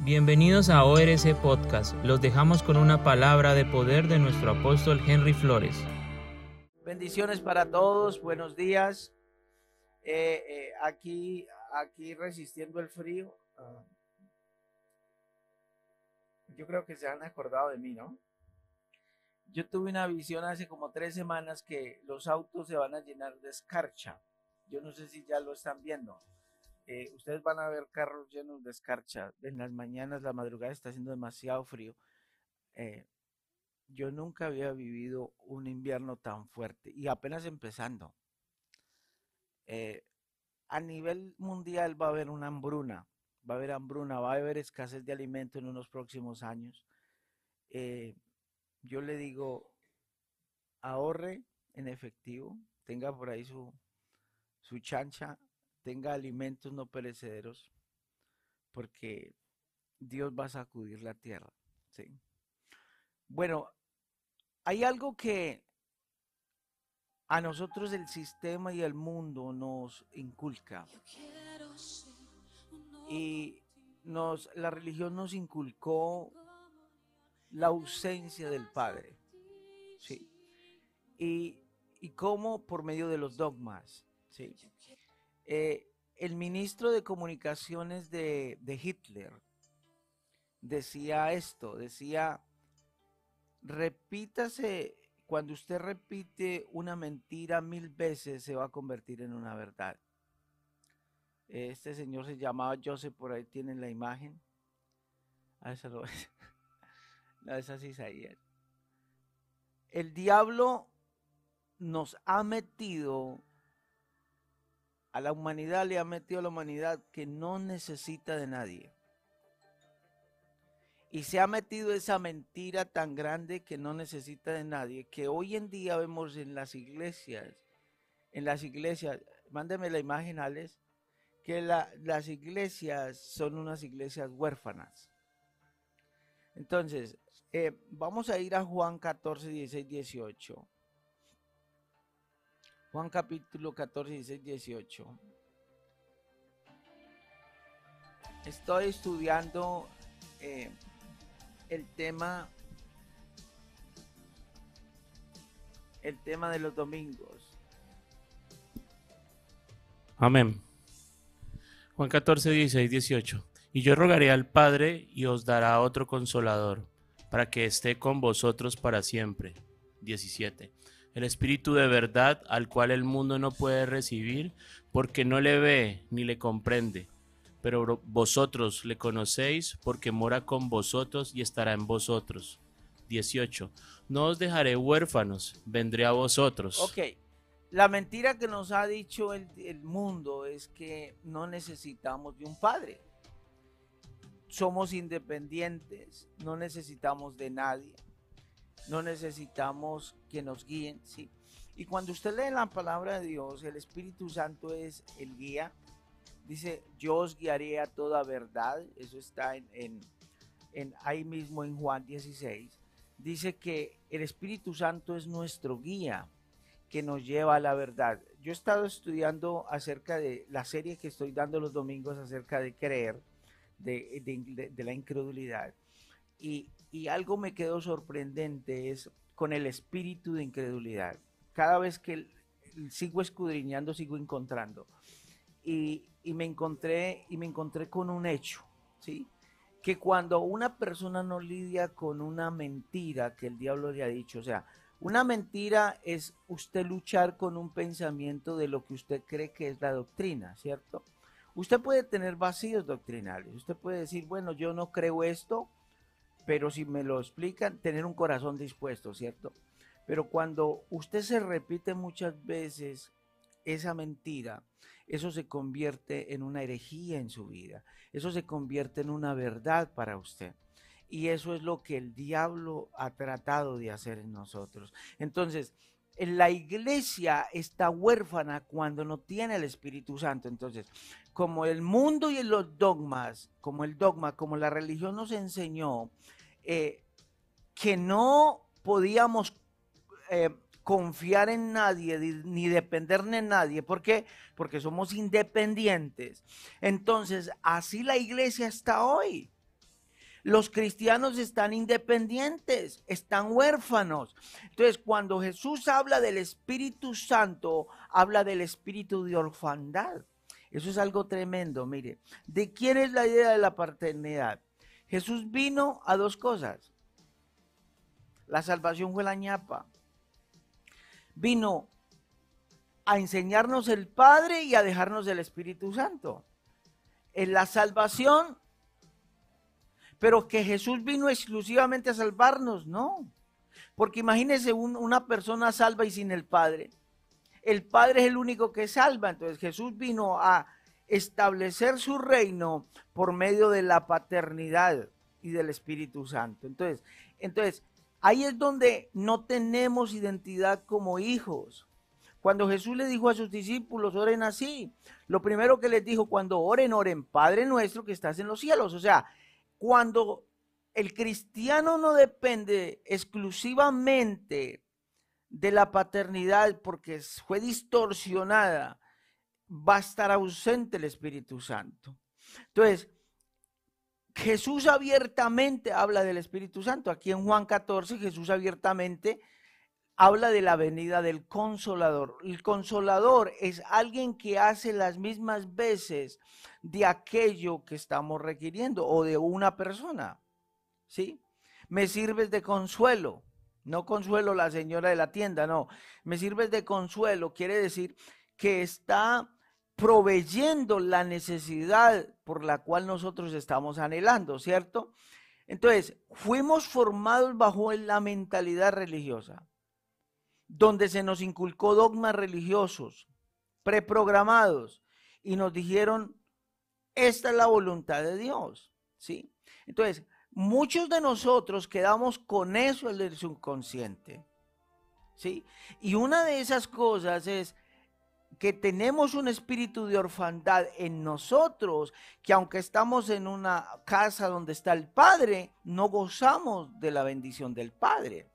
Bienvenidos a ORC Podcast. Los dejamos con una palabra de poder de nuestro apóstol Henry Flores. Bendiciones para todos, buenos días. Aquí resistiendo el frío. Yo creo que se han acordado de mí, ¿no? Yo tuve una visión hace como 3 semanas que los autos se van a llenar de escarcha. Yo no sé si ya lo están viendo. Ustedes van a ver carros llenos de escarcha. En las mañanas, la madrugada está haciendo demasiado frío. Yo nunca había vivido un invierno tan fuerte y apenas empezando. A nivel mundial va a haber una hambruna, va a haber escasez de alimento en unos próximos años. Yo le digo, ahorre en efectivo, tenga por ahí su chancha, tenga alimentos no perecederos, porque Dios va a sacudir la tierra, ¿sí? Bueno, hay algo que a nosotros el sistema y el mundo nos inculca y la religión nos inculcó la ausencia del Padre, ¿sí? Y cómo por medio de los dogmas, ¿sí? El ministro de comunicaciones de Hitler decía esto, decía, repítase, cuando usted repite una mentira 1000 veces se va a convertir en una verdad. Este señor se llamaba Joseph, por ahí tienen la imagen. Esa no, esa es Isaías. El diablo nos ha metido a la humanidad, le ha metido a la humanidad que no necesita de nadie. Y se ha metido esa mentira tan grande que no necesita de nadie, que hoy en día vemos en las iglesias, mándeme la imagen, Alex, que las iglesias son unas iglesias huérfanas. Entonces, vamos a ir a Juan 14, 16, 18. Juan capítulo 14, 16, 18. Estoy estudiando el tema de los domingos. Amén. Juan 14, 16, 18. Y yo rogaré al Padre y os dará otro consolador, para que esté con vosotros para siempre. 17. El Espíritu de verdad, al cual el mundo no puede recibir, porque no le ve ni le comprende. Pero vosotros le conocéis, porque mora con vosotros y estará en vosotros. 18. No os dejaré huérfanos, vendré a vosotros. Ok. La mentira que nos ha dicho el mundo es que no necesitamos de un padre. Somos independientes, no necesitamos de nadie, no necesitamos que nos guíen, ¿sí? Y cuando usted lee la palabra de Dios, el Espíritu Santo es el guía. Dice, yo os guiaré a toda verdad. Eso está ahí mismo en Juan 16. Dice que el Espíritu Santo es nuestro guía, que nos lleva a la verdad. Yo he estado estudiando acerca de la serie que estoy dando los domingos acerca de creer, de la incredulidad. Y algo me quedó sorprendente es con el espíritu de incredulidad. Cada vez que sigo escudriñando, sigo encontrando. Y me encontré con un hecho, ¿sí? Que cuando una persona no lidia con una mentira que el diablo le ha dicho, o sea, una mentira es usted luchar con un pensamiento de lo que usted cree que es la doctrina, ¿cierto? Usted puede tener vacíos doctrinales, usted puede decir, bueno, yo no creo esto, pero si me lo explican, tener un corazón dispuesto, ¿cierto? Pero cuando usted se repite muchas veces esa mentira, eso se convierte en una herejía en su vida, eso se convierte en una verdad para usted. Y eso es lo que el diablo ha tratado de hacer en nosotros. Entonces, la iglesia está huérfana cuando no tiene el Espíritu Santo. Entonces, como el mundo y los dogmas, como la religión nos enseñó que no podíamos confiar en nadie ni depender de nadie. ¿Por qué? Porque somos independientes. Entonces, así la iglesia está hoy. Los cristianos están independientes, están huérfanos. Entonces, cuando Jesús habla del Espíritu Santo, habla del espíritu de orfandad. Eso es algo tremendo, mire. ¿De quién es la idea de la paternidad? Jesús vino a dos cosas. La salvación fue la ñapa. Vino a enseñarnos el Padre y a dejarnos el Espíritu Santo. En la salvación, pero que Jesús vino exclusivamente a salvarnos, no. Porque imagínense una persona salva y sin el Padre. El Padre es el único que salva. Entonces Jesús vino a establecer su reino por medio de la paternidad y del Espíritu Santo. Entonces ahí es donde no tenemos identidad como hijos. Cuando Jesús le dijo a sus discípulos, oren así, lo primero que les dijo, cuando oren, oren, Padre nuestro que estás en los cielos. O sea, cuando el cristiano no depende exclusivamente de la paternidad porque fue distorsionada, va a estar ausente el Espíritu Santo. Entonces, Jesús abiertamente habla del Espíritu Santo. Aquí en Juan 14, Jesús abiertamente habla de la venida del Consolador. El Consolador es alguien que hace las mismas veces de aquello que estamos requiriendo o de una persona, ¿sí? Me sirves de consuelo, no consuelo la señora de la tienda, no. Me sirves de consuelo, quiere decir que está proveyendo la necesidad por la cual nosotros estamos anhelando, ¿cierto? Entonces, fuimos formados bajo la mentalidad religiosa, donde se nos inculcó dogmas religiosos, preprogramados, y nos dijeron, esta es la voluntad de Dios, ¿sí? Entonces, muchos de nosotros quedamos con eso en el subconsciente, ¿sí? Y una de esas cosas es que tenemos un espíritu de orfandad en nosotros, que aunque estamos en una casa donde está el Padre, no gozamos de la bendición del Padre.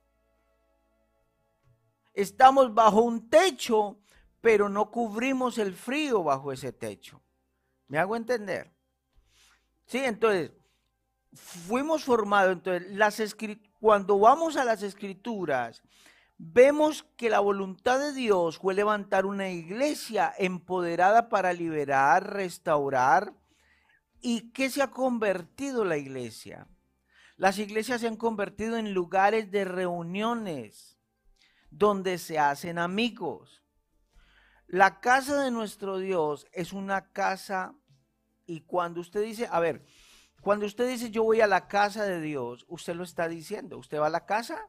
Estamos bajo un techo, pero no cubrimos el frío bajo ese techo. ¿Me hago entender? Sí, entonces, fuimos formados. Entonces, cuando vamos a las Escrituras, vemos que la voluntad de Dios fue levantar una iglesia empoderada para liberar, restaurar. ¿Y qué se ha convertido la iglesia? Las iglesias se han convertido en lugares de reuniones donde se hacen amigos. La casa de nuestro Dios es una casa, y cuando usted dice, a ver, cuando usted dice yo voy a la casa de Dios, usted lo está diciendo, usted va a la casa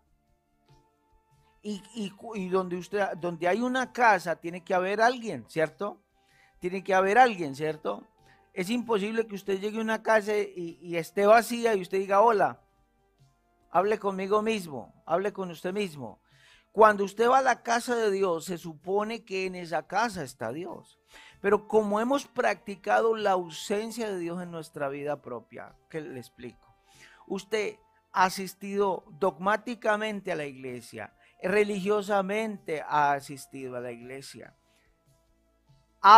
y donde hay una casa tiene que haber alguien, ¿cierto? Tiene que haber alguien, ¿cierto? Es imposible que usted llegue a una casa y esté vacía y usted diga hola, hable conmigo mismo, hable con usted mismo. Cuando usted va a la casa de Dios, se supone que en esa casa está Dios. Pero como hemos practicado la ausencia de Dios en nuestra vida propia, ¿qué le explico? Usted ha asistido dogmáticamente a la iglesia, religiosamente ha asistido a la iglesia, a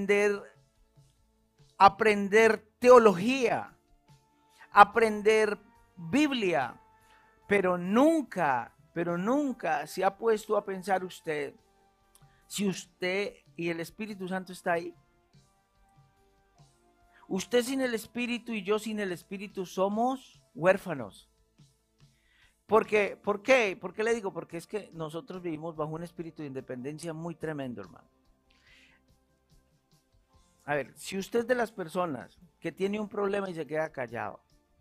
aprender teología, aprender Biblia, pero nunca se ha puesto a pensar usted si usted y el Espíritu Santo está ahí. Usted sin el Espíritu y yo sin el Espíritu somos huérfanos. ¿Por qué? ¿Por qué le digo? Porque es que nosotros vivimos bajo un espíritu de independencia muy tremendo, hermano. A ver, si usted es de las personas que tiene un problema y se queda callado,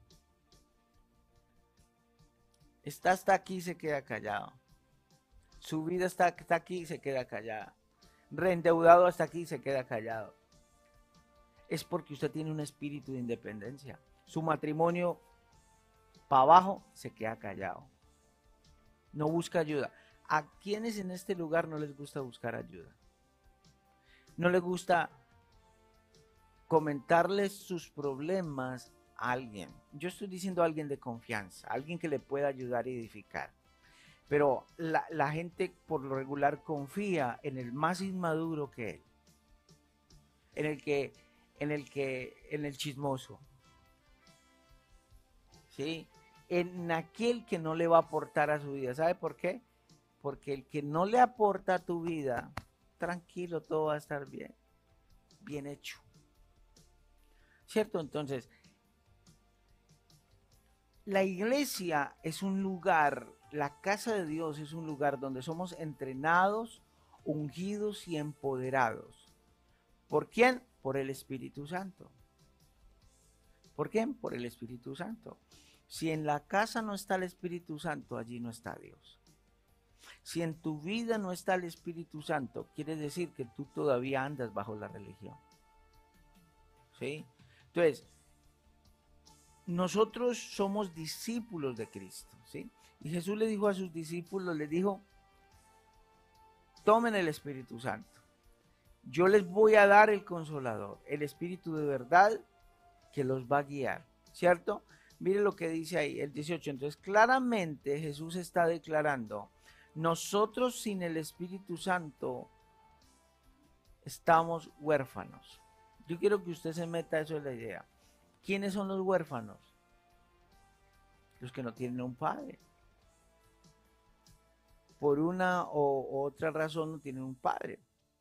está hasta aquí y se queda callado, su vida está aquí y se queda callada, reendeudado hasta aquí y se queda callado, es porque usted tiene un espíritu de independencia. Su matrimonio para abajo se queda callado, no busca ayuda. ¿A quiénes en este lugar no les gusta buscar ayuda? No les gusta comentarles sus problemas a alguien. Yo estoy diciendo a alguien de confianza, alguien que le pueda ayudar y edificar. Pero la gente por lo regular confía en el más inmaduro que él, en el chismoso. ¿sí? En aquel que no le va a aportar a su vida. ¿Sabe por qué? Porque el que no le aporta a tu vida, tranquilo, todo va a estar bien, bien hecho. ¿Cierto? Entonces, la iglesia es un lugar, la casa de Dios es un lugar donde somos entrenados, ungidos y empoderados. ¿Por quién? Por el Espíritu Santo. ¿Por quién? Por el Espíritu Santo. Si en la casa no está el Espíritu Santo, allí no está Dios. Si en tu vida no está el Espíritu Santo, quiere decir que tú todavía andas bajo la religión. ¿Sí? Entonces, nosotros somos discípulos de Cristo, ¿sí? Y Jesús le dijo a sus discípulos, les dijo, tomen el Espíritu Santo. Yo les voy a dar el Consolador, el Espíritu de verdad que los va a guiar, ¿cierto? Mire lo que dice ahí, el 18. Entonces, claramente Jesús está declarando, nosotros sin el Espíritu Santo estamos huérfanos. Yo quiero que usted se meta eso en la idea. ¿Quiénes son los huérfanos? Los que no tienen un padre. Por una u otra razón no tienen un padre.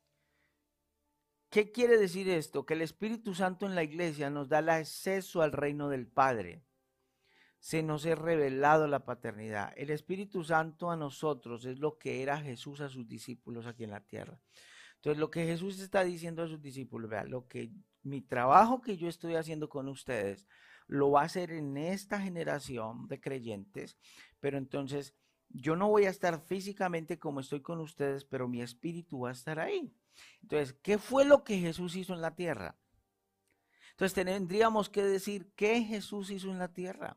¿Qué quiere decir esto? Que el Espíritu Santo en la iglesia nos da el acceso al reino del Padre. Se nos es revelado la paternidad. El Espíritu Santo a nosotros es lo que era Jesús a sus discípulos aquí en la tierra. Entonces, lo que Jesús está diciendo a sus discípulos, vea, mi trabajo que yo estoy haciendo con ustedes, lo va a hacer en esta generación de creyentes, pero entonces yo no voy a estar físicamente como estoy con ustedes, pero mi espíritu va a estar ahí. Entonces, ¿qué fue lo que Jesús hizo en la tierra? Entonces, tendríamos que decir, ¿qué Jesús hizo en la tierra?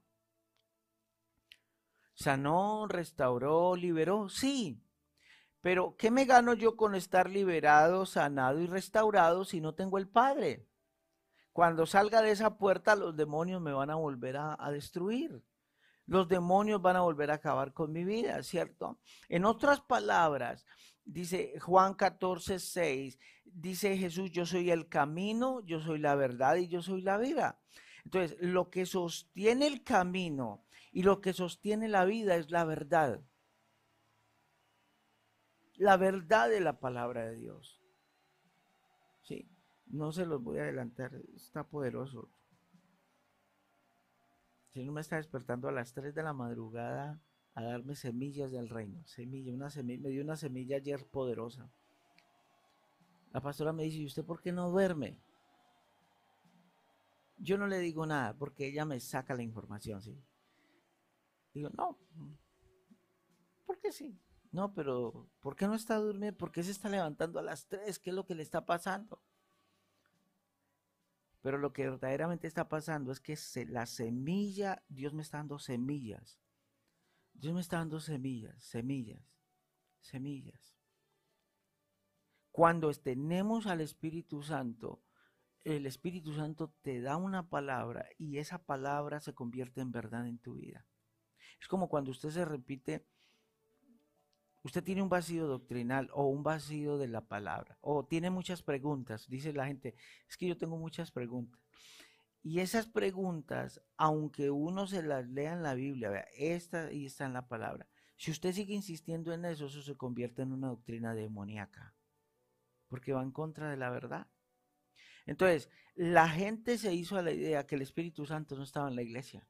Sanó, restauró, liberó, sí. Pero, ¿qué me gano yo con estar liberado, sanado y restaurado si no tengo el Padre? Cuando salga de esa puerta, los demonios me van a volver a destruir. Los demonios van a volver a acabar con mi vida, ¿cierto? En otras palabras, dice Juan 14:6, dice Jesús, yo soy el camino, yo soy la verdad y yo soy la vida. Entonces, lo que sostiene el camino y lo que sostiene la vida es la verdad. La verdad de la palabra de Dios. Sí, no se los voy a adelantar, está poderoso. Si no me está despertando a las 3 de la madrugada a darme semillas del reino. Me dio una semilla ayer poderosa. La pastora me dice, ¿y usted por qué no duerme? Yo no le digo nada porque ella me saca la información, ¿sí? Digo, no, porque sí. No, pero ¿por qué no está durmiendo? ¿Por qué se está levantando a las 3? ¿Qué es lo que le está pasando? Pero lo que verdaderamente está pasando es que la semilla, Dios me está dando semillas. Dios me está dando semillas, semillas, semillas. Cuando tenemos al Espíritu Santo, el Espíritu Santo te da una palabra y esa palabra se convierte en verdad en tu vida. Es como cuando usted se repite, usted tiene un vacío doctrinal o un vacío de la palabra, o tiene muchas preguntas, dice la gente, es que yo tengo muchas preguntas. Y esas preguntas, aunque uno se las lea en la Biblia, vea, esta y está en la palabra, si usted sigue insistiendo en eso, eso se convierte en una doctrina demoníaca, porque va en contra de la verdad. Entonces, la gente se hizo a la idea que el Espíritu Santo no estaba en la iglesia.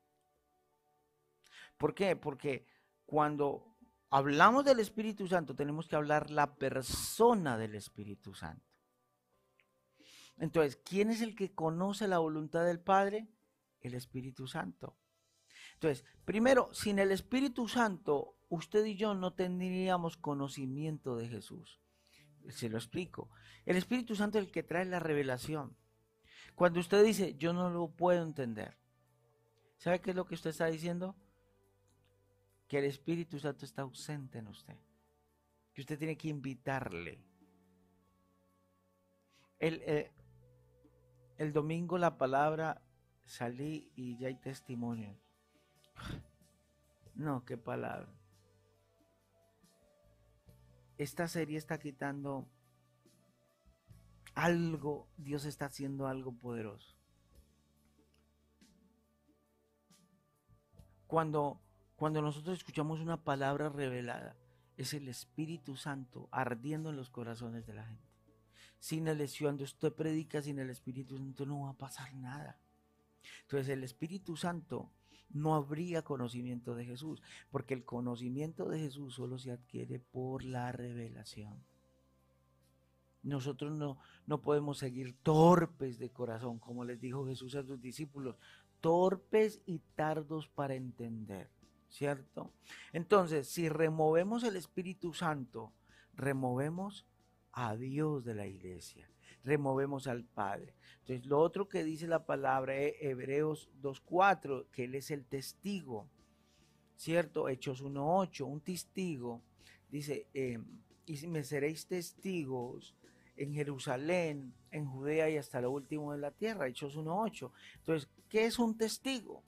¿Por qué? Porque cuando hablamos del Espíritu Santo, tenemos que hablar la persona del Espíritu Santo. Entonces, ¿quién es el que conoce la voluntad del Padre? El Espíritu Santo. Entonces, primero, sin el Espíritu Santo, usted y yo no tendríamos conocimiento de Jesús. Se lo explico. El Espíritu Santo es el que trae la revelación. Cuando usted dice, yo no lo puedo entender, ¿sabe qué es lo que usted está diciendo? Que el Espíritu Santo está ausente en usted. Que usted tiene que invitarle. El domingo la palabra salí y ya hay testimonios. No, qué palabra. Esta serie está quitando algo, Dios está haciendo algo poderoso. Cuando nosotros escuchamos una palabra revelada, es el Espíritu Santo ardiendo en los corazones de la gente. Cuando usted predica sin el Espíritu Santo no va a pasar nada. Entonces el Espíritu Santo no habría conocimiento de Jesús, porque el conocimiento de Jesús solo se adquiere por la revelación. Nosotros no podemos seguir torpes de corazón, como les dijo Jesús a sus discípulos, torpes y tardos para entender, ¿cierto? Entonces, si removemos el Espíritu Santo, removemos a Dios de la iglesia, removemos al Padre. Entonces, lo otro que dice la palabra Hebreos 2:4, que Él es el testigo, ¿cierto? Hechos 1:8, un testigo, dice, y me seréis testigos en Jerusalén, en Judea y hasta lo último de la tierra, Hechos 1:8. Entonces, ¿qué es un testigo?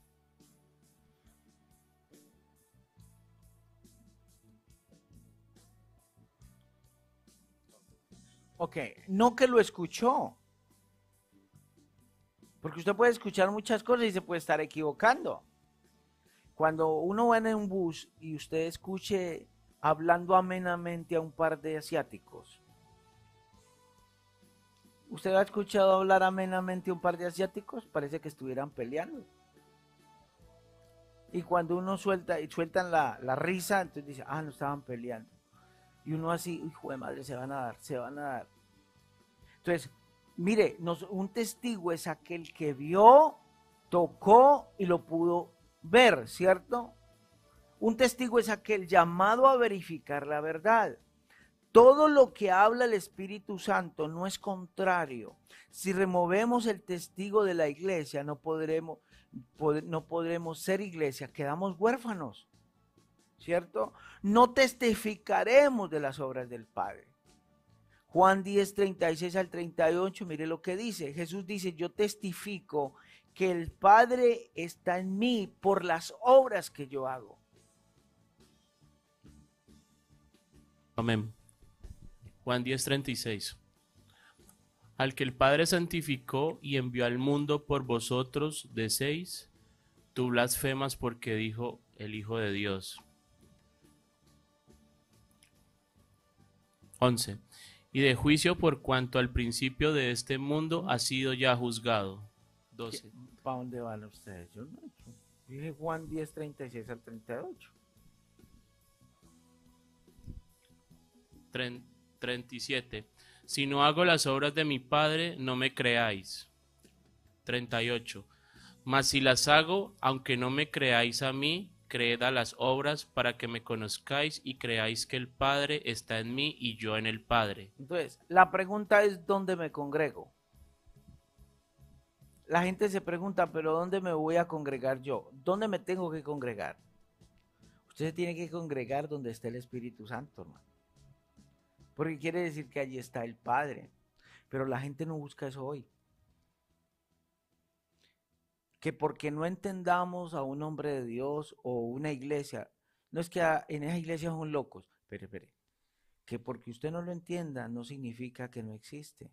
Ok, no que lo escuchó, porque usted puede escuchar muchas cosas y se puede estar equivocando. Cuando uno va en un bus y usted escuche hablando amenamente a un par de asiáticos, ¿usted ha escuchado hablar amenamente a un par de asiáticos? Parece que estuvieran peleando. Y cuando uno sueltan la risa, entonces dice, no estaban peleando. Y uno así, hijo de madre, se van a dar. Entonces, mire, un testigo es aquel que vio, tocó y lo pudo ver, ¿cierto? Un testigo es aquel llamado a verificar la verdad. Todo lo que habla el Espíritu Santo no es contrario. Si removemos el testigo de la iglesia, no podremos ser iglesia, quedamos huérfanos, ¿cierto? No testificaremos de las obras del Padre. Juan 10, 36 al 38, mire lo que dice. Jesús dice, yo testifico que el Padre está en mí por las obras que yo hago. Amén. Juan 10:36. Al que el Padre santificó y envió al mundo por vosotros, decéis, tú blasfemas porque dijo el Hijo de Dios. 11. Y de juicio por cuanto al principio de este mundo ha sido ya juzgado. 12. ¿Para dónde van ustedes? Yo no dije Juan 10, 36 al 38. 37. Si no hago las obras de mi Padre, no me creáis. 38. Mas si las hago, aunque no me creáis a mí, creed a las obras para que me conozcáis y creáis que el Padre está en mí y yo en el Padre. Entonces, la pregunta es, ¿dónde me congrego? La gente se pregunta, ¿pero dónde me voy a congregar yo? ¿Dónde me tengo que congregar? Usted se tiene que congregar donde esté el Espíritu Santo, hermano. Porque quiere decir que allí está el Padre. Pero la gente no busca eso hoy. Que porque no entendamos a un hombre de Dios o una iglesia, no es que en esa iglesia son locos, espere, que porque usted no lo entienda no significa que no existe.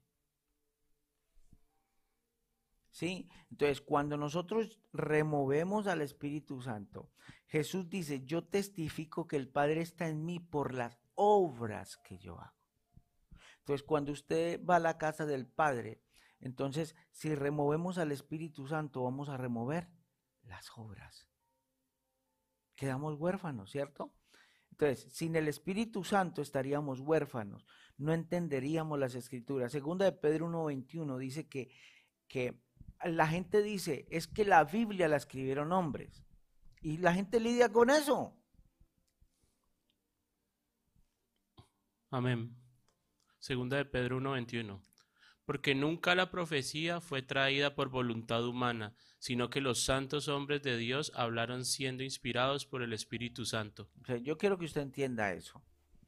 ¿Sí? Entonces, cuando nosotros removemos al Espíritu Santo, Jesús dice, yo testifico que el Padre está en mí por las obras que yo hago. Entonces, cuando usted va a la casa del Padre, entonces, si removemos al Espíritu Santo, vamos a remover las obras. Quedamos huérfanos, ¿cierto? Entonces, sin el Espíritu Santo estaríamos huérfanos, no entenderíamos las Escrituras. Segunda de Pedro 1:21 dice que la gente dice, es que la Biblia la escribieron hombres. Y la gente lidia con eso. Amén. Segunda de Pedro 1:21. Porque nunca la profecía fue traída por voluntad humana, sino que los santos hombres de Dios hablaron siendo inspirados por el Espíritu Santo. O sea, yo quiero que usted entienda eso.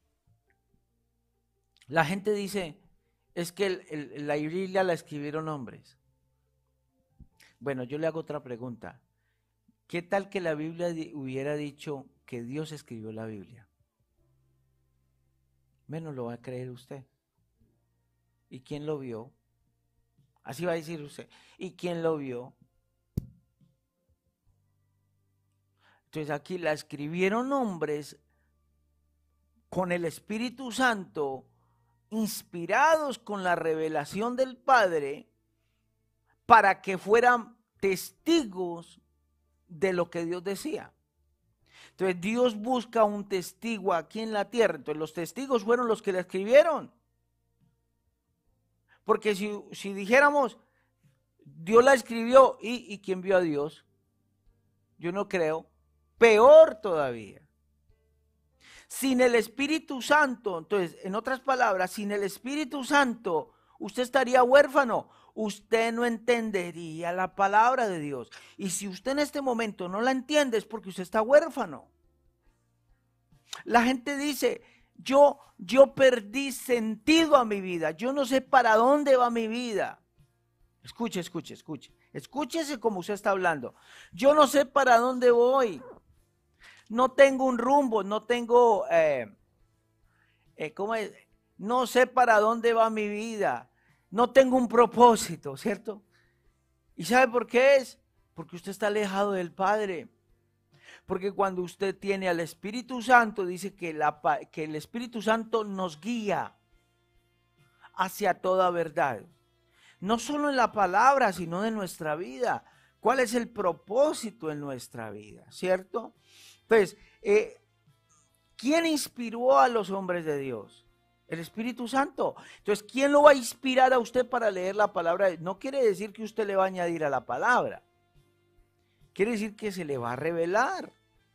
La gente dice, es que la Biblia la escribieron hombres. Bueno, yo le hago otra pregunta. ¿Qué tal que la Biblia hubiera dicho que Dios escribió la Biblia? Menos lo va a creer usted. ¿Y quién lo vio? Así va a decir usted. ¿Y quién lo vio? Entonces aquí la escribieron hombres con el Espíritu Santo, inspirados con la revelación del Padre, para que fueran testigos de lo que Dios decía. Entonces Dios busca un testigo aquí en la tierra. Entonces los testigos fueron los que la escribieron. Porque si dijéramos, Dios la escribió y ¿quién vio a Dios? Yo no creo. Peor todavía. Sin el Espíritu Santo, entonces, en otras palabras, sin el Espíritu Santo, usted estaría huérfano. Usted no entendería la palabra de Dios. Y si usted en este momento no la entiende es porque usted está huérfano. La gente dice, yo perdí sentido a mi vida. Yo no sé para dónde va mi vida. Escuche. Escúchese como usted está hablando. Yo no sé para dónde voy. No tengo un rumbo, no tengo, ¿cómo es? No sé para dónde va mi vida. No tengo un propósito, ¿cierto? ¿Y sabe por qué es? Porque usted está alejado del Padre. Porque cuando usted tiene al Espíritu Santo, dice que el Espíritu Santo nos guía hacia toda verdad. No solo en la palabra, sino de nuestra vida. ¿Cuál es el propósito en nuestra vida? ¿Cierto? Entonces, ¿quién inspiró a los hombres de Dios? El Espíritu Santo. Entonces, ¿quién lo va a inspirar a usted para leer la palabra? No quiere decir que usted le va a añadir a la palabra. Quiere decir que se le va a revelar.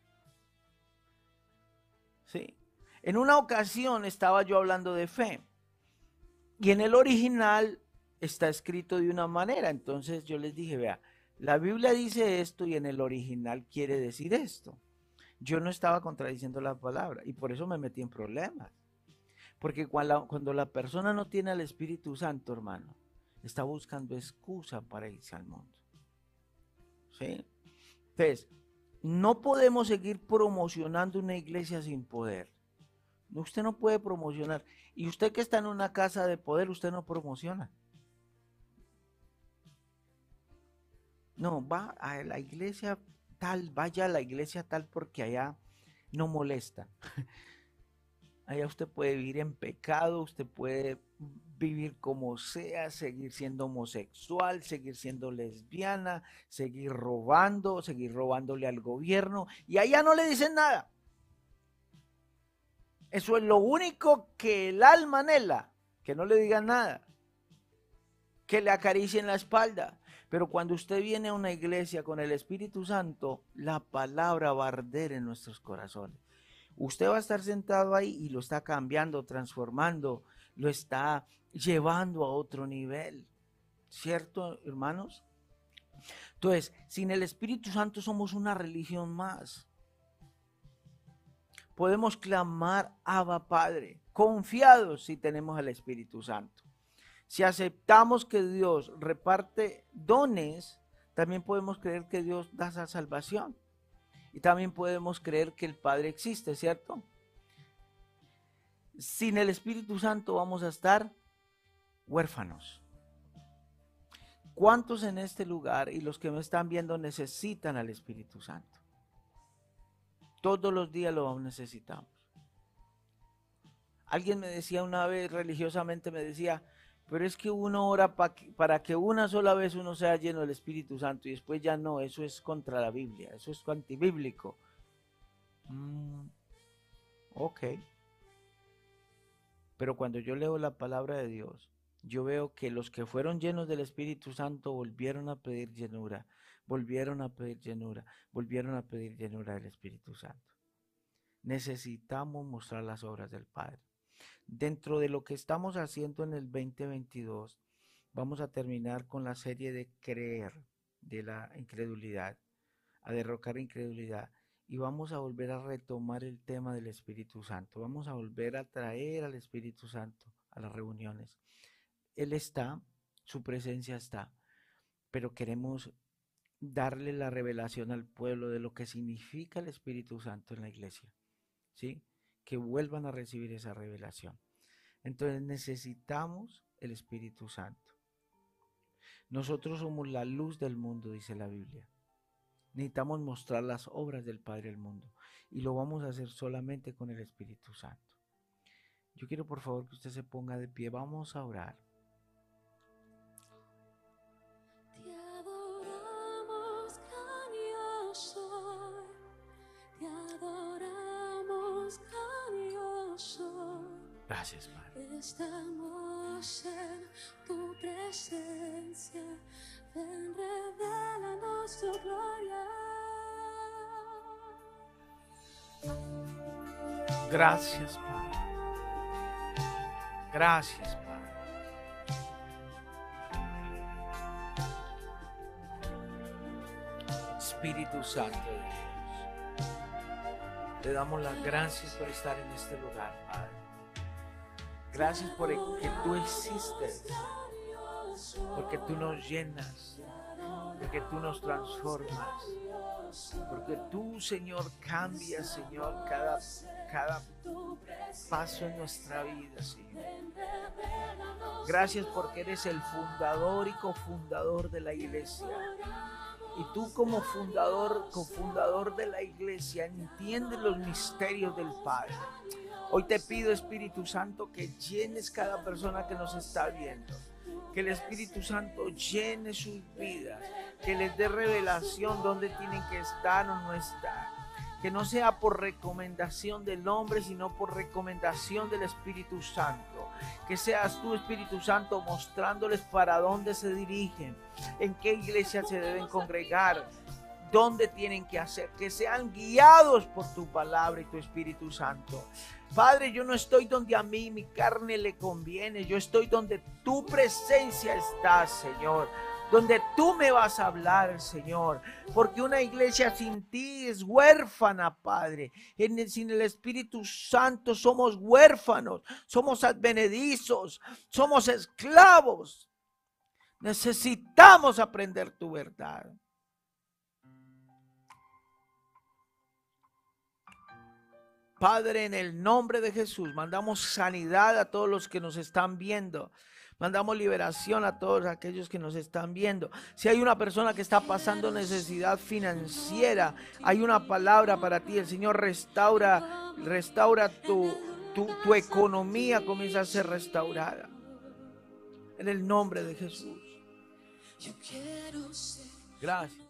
¿Sí? En una ocasión estaba yo hablando de fe. Y en el original está escrito de una manera. Entonces yo les dije, vea, la Biblia dice esto y en el original quiere decir esto. Yo no estaba contradiciendo la palabra y por eso me metí en problemas. Porque cuando la persona no tiene al Espíritu Santo, hermano, está buscando excusa para irse al mundo. ¿Sí? Entonces, no podemos seguir promocionando una iglesia sin poder. Usted no puede promocionar. Y usted que está en una casa de poder, usted no promociona. No, va a la iglesia tal, vaya a la iglesia tal porque allá no molesta. Allá usted puede vivir en pecado, usted puede vivir como sea, seguir siendo homosexual, seguir siendo lesbiana, seguir robándole al gobierno y allá no le dicen nada. Eso es lo único que el alma anhela, que no le digan nada, que le acaricien la espalda. Pero cuando usted viene a una iglesia con el Espíritu Santo, la palabra va a arder en nuestros corazones. Usted va a estar sentado ahí y lo está cambiando, transformando, lo está llevando a otro nivel. ¿Cierto, hermanos? Entonces, sin el Espíritu Santo somos una religión más. Podemos clamar Abba Padre, confiados si tenemos al Espíritu Santo. Si aceptamos que Dios reparte dones, también podemos creer que Dios da esa salvación. Y también podemos creer que el Padre existe, ¿cierto? Sin el Espíritu Santo vamos a estar huérfanos. ¿Cuántos en este lugar y los que me están viendo necesitan al Espíritu Santo? Todos los días lo necesitamos. Alguien me decía una vez religiosamente, me decía, pero es que uno ora para que una sola vez uno sea lleno del Espíritu Santo y después ya no, eso es contra la Biblia, eso es antibíblico. Ok. Pero cuando yo leo la palabra de Dios, yo veo que los que fueron llenos del Espíritu Santo volvieron a pedir llenura, volvieron a pedir llenura, volvieron a pedir llenura del Espíritu Santo. Necesitamos mostrar las obras del Padre. Dentro de lo que estamos haciendo en el 2022, vamos a terminar con la serie de creer, de la incredulidad, a derrocar incredulidad. Y vamos a volver a retomar el tema del Espíritu Santo. Vamos a volver a traer al Espíritu Santo a las reuniones. Él está, su presencia está, pero queremos darle la revelación al pueblo de lo que significa el Espíritu Santo en la iglesia, ¿sí? Que vuelvan a recibir esa revelación. Entonces necesitamos el Espíritu Santo. Nosotros somos la luz del mundo, dice la Biblia. Necesitamos mostrar las obras del Padre al mundo. Y lo vamos a hacer solamente con el Espíritu Santo. Yo quiero por favor que usted se ponga de pie. Vamos a orar. Te adoramos, gran yo soy. Te adoramos, gran yo soy. Gracias, Padre. Estamos en tu presencia. Ven, revélanos tu gloria. Gracias, Padre. Gracias, Padre. Espíritu Santo de Dios, te damos las gracias por estar en este lugar, Padre. Gracias por que tú existes, porque tú nos llenas, porque tú nos transformas, porque tú, Señor, cambias, Señor, cada paso en nuestra vida, Señor. Gracias porque eres el fundador y cofundador de la iglesia. Y tú como cofundador de la iglesia, entiendes los misterios del Padre. Hoy te pido, Espíritu Santo, que llenes cada persona que nos está viendo. Que el Espíritu Santo llene sus vidas. Que les dé revelación dónde tienen que estar o no estar. Que no sea por recomendación del hombre, sino por recomendación del Espíritu Santo. Que seas tú, Espíritu Santo, mostrándoles para dónde se dirigen, en qué iglesia se deben congregar, dónde tienen que hacer, que sean guiados por tu palabra y tu Espíritu Santo. Padre, yo no estoy donde a mí mi carne le conviene, yo estoy donde tu presencia está, Señor. Donde tú me vas a hablar, Señor, porque una iglesia sin ti es huérfana, Padre. Sin el Espíritu Santo somos huérfanos, somos advenedizos, somos esclavos. Necesitamos aprender tu verdad. Padre, en el nombre de Jesús, mandamos sanidad a todos los que nos están viendo. Mandamos liberación a todos aquellos que nos están viendo. Si hay una persona que está pasando necesidad financiera, hay una palabra para ti. El Señor restaura tu economía, comienza a ser restaurada. En el nombre de Jesús. Gracias.